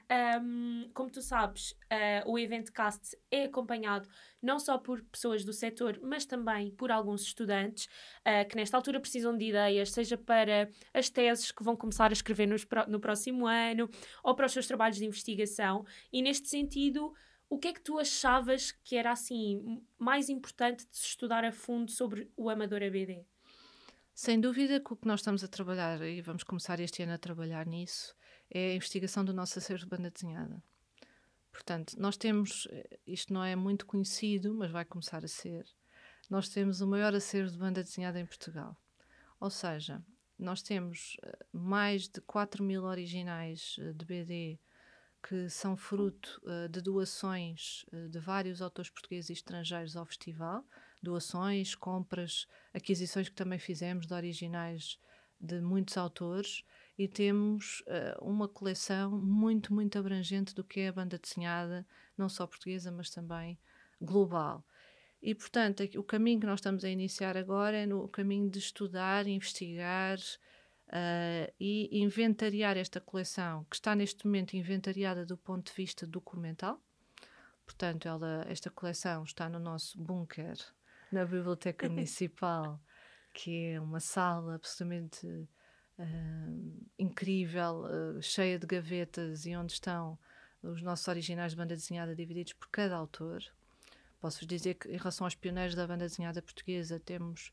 Um, como tu sabes, uh, o Eventcast é acompanhado não só por pessoas do setor, mas também por alguns estudantes uh, que nesta altura precisam de ideias, seja para as teses que vão começar a escrever nos, no próximo ano ou para os seus trabalhos de investigação. E neste sentido, o que é que tu achavas que era assim mais importante de se estudar a fundo sobre o Amador A B D? Sem dúvida que o que nós estamos a trabalhar, e vamos começar este ano a trabalhar nisso, é a investigação do nosso acervo de banda desenhada. Portanto, nós temos, isto não é muito conhecido, mas vai começar a ser, nós temos o maior acervo de banda desenhada em Portugal. Ou seja, nós temos mais de quatro mil originais de B D que são fruto uh, de doações uh, de vários autores portugueses e estrangeiros ao festival, doações, compras, aquisições que também fizemos de originais de muitos autores, e temos uh, uma coleção muito, muito abrangente do que é a banda desenhada, não só portuguesa, mas também global. E, portanto, o caminho que nós estamos a iniciar agora é no caminho de estudar, investigar uh, e inventariar esta coleção, que está neste momento inventariada do ponto de vista documental. Portanto, ela, esta coleção está no nosso bunker, na Biblioteca Municipal, que é uma sala absolutamente uh, incrível, uh, cheia de gavetas e onde estão os nossos originais de banda desenhada divididos por cada autor. Posso-vos dizer que, em relação aos pioneiros da banda desenhada portuguesa, temos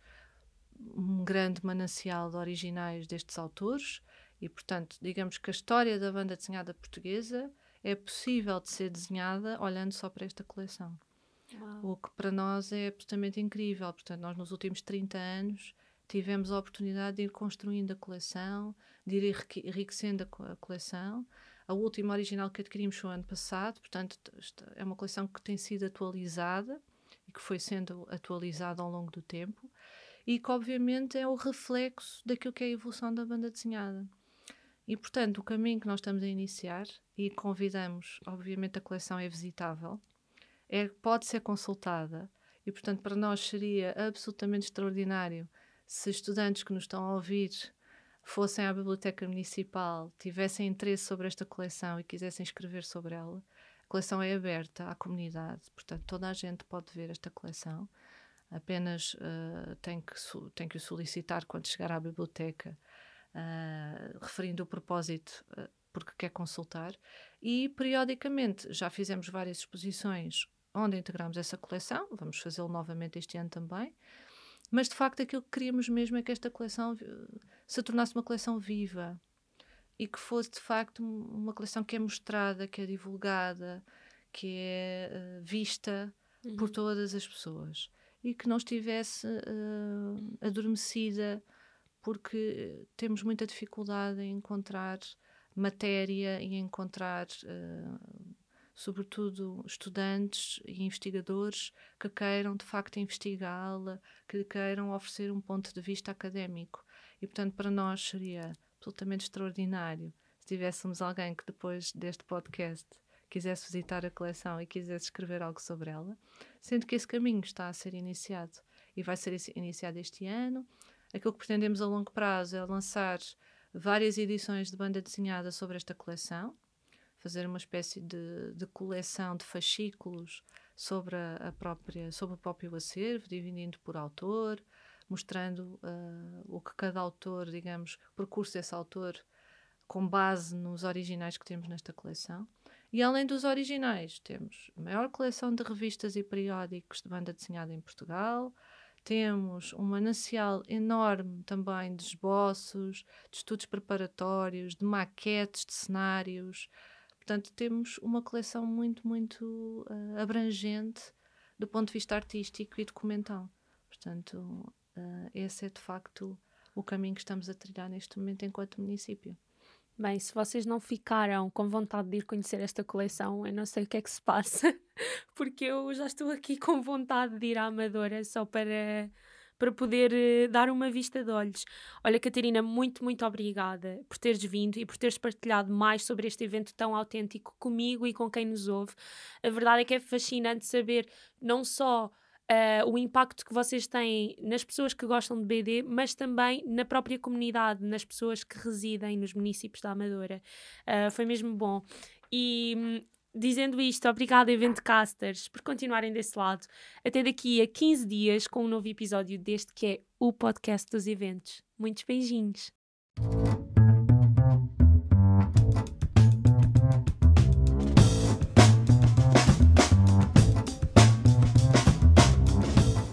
um grande manancial de originais destes autores e, portanto, digamos que a história da banda desenhada portuguesa é possível de ser desenhada olhando só para esta coleção. Uau. O que para nós é absolutamente incrível. Portanto, nós nos últimos trinta anos tivemos a oportunidade de ir construindo a coleção, de ir enriquecendo a coleção. A última original que adquirimos foi o ano passado, portanto, é uma coleção que tem sido atualizada e que foi sendo atualizada ao longo do tempo e que, obviamente, é o reflexo daquilo que é a evolução da banda desenhada. E, portanto, o caminho que nós estamos a iniciar, e convidamos, obviamente, a coleção é visitável, é, pode ser consultada, e, portanto, para nós seria absolutamente extraordinário se estudantes que nos estão a ouvir fossem à Biblioteca Municipal, tivessem interesse sobre esta coleção e quisessem escrever sobre ela. A coleção é aberta à comunidade, portanto, toda a gente pode ver esta coleção. Apenas uh, tem, que, tem que o solicitar quando chegar à biblioteca, uh, referindo o propósito uh, porque quer consultar. E, periodicamente, já fizemos várias exposições onde integramos essa coleção, vamos fazê-lo novamente este ano também, mas, de facto, aquilo que queríamos mesmo é que esta coleção se tornasse uma coleção viva e que fosse, de facto, uma coleção que é mostrada, que é divulgada, que é uh, vista uhum. por todas as pessoas e que não estivesse uh, adormecida, porque temos muita dificuldade em encontrar matéria e encontrar, uh, sobretudo, estudantes e investigadores que queiram, de facto, investigá-la, que queiram oferecer um ponto de vista académico. E, portanto, para nós seria absolutamente extraordinário se tivéssemos alguém que, depois deste podcast, quisesse visitar a coleção e quisesse escrever algo sobre ela, sendo que esse caminho está a ser iniciado e vai ser iniciado este ano. Aquilo que pretendemos a longo prazo é lançar várias edições de banda desenhada sobre esta coleção, fazer uma espécie de, de coleção de fascículos sobre, a, a própria, sobre o próprio acervo, dividindo por autor, mostrando uh, o que cada autor, digamos, o percurso desse autor com base nos originais que temos nesta coleção. E além dos originais, temos a maior coleção de revistas e periódicos de banda desenhada em Portugal, temos um manancial enorme também de esboços, de estudos preparatórios, de maquetes, de cenários. Portanto, temos uma coleção muito, muito uh, abrangente do ponto de vista artístico e documental. Portanto, uh, esse é de facto o caminho que estamos a trilhar neste momento enquanto município. Bem, se vocês não ficaram com vontade de ir conhecer esta coleção, eu não sei o que é que se passa, porque eu já estou aqui com vontade de ir à Amadora só para, para poder uh, dar uma vista de olhos. Olha, Catarina, muito, muito obrigada por teres vindo e por teres partilhado mais sobre este evento tão autêntico comigo e com quem nos ouve. A verdade é que é fascinante saber não só Uh, o impacto que vocês têm nas pessoas que gostam de B D, mas também na própria comunidade, nas pessoas que residem nos municípios da Amadora. Uh, foi mesmo bom. E hum, dizendo isto, obrigada, Eventcasters, por continuarem desse lado. Até daqui a quinze dias com um novo episódio deste que é o podcast dos eventos. Muitos beijinhos.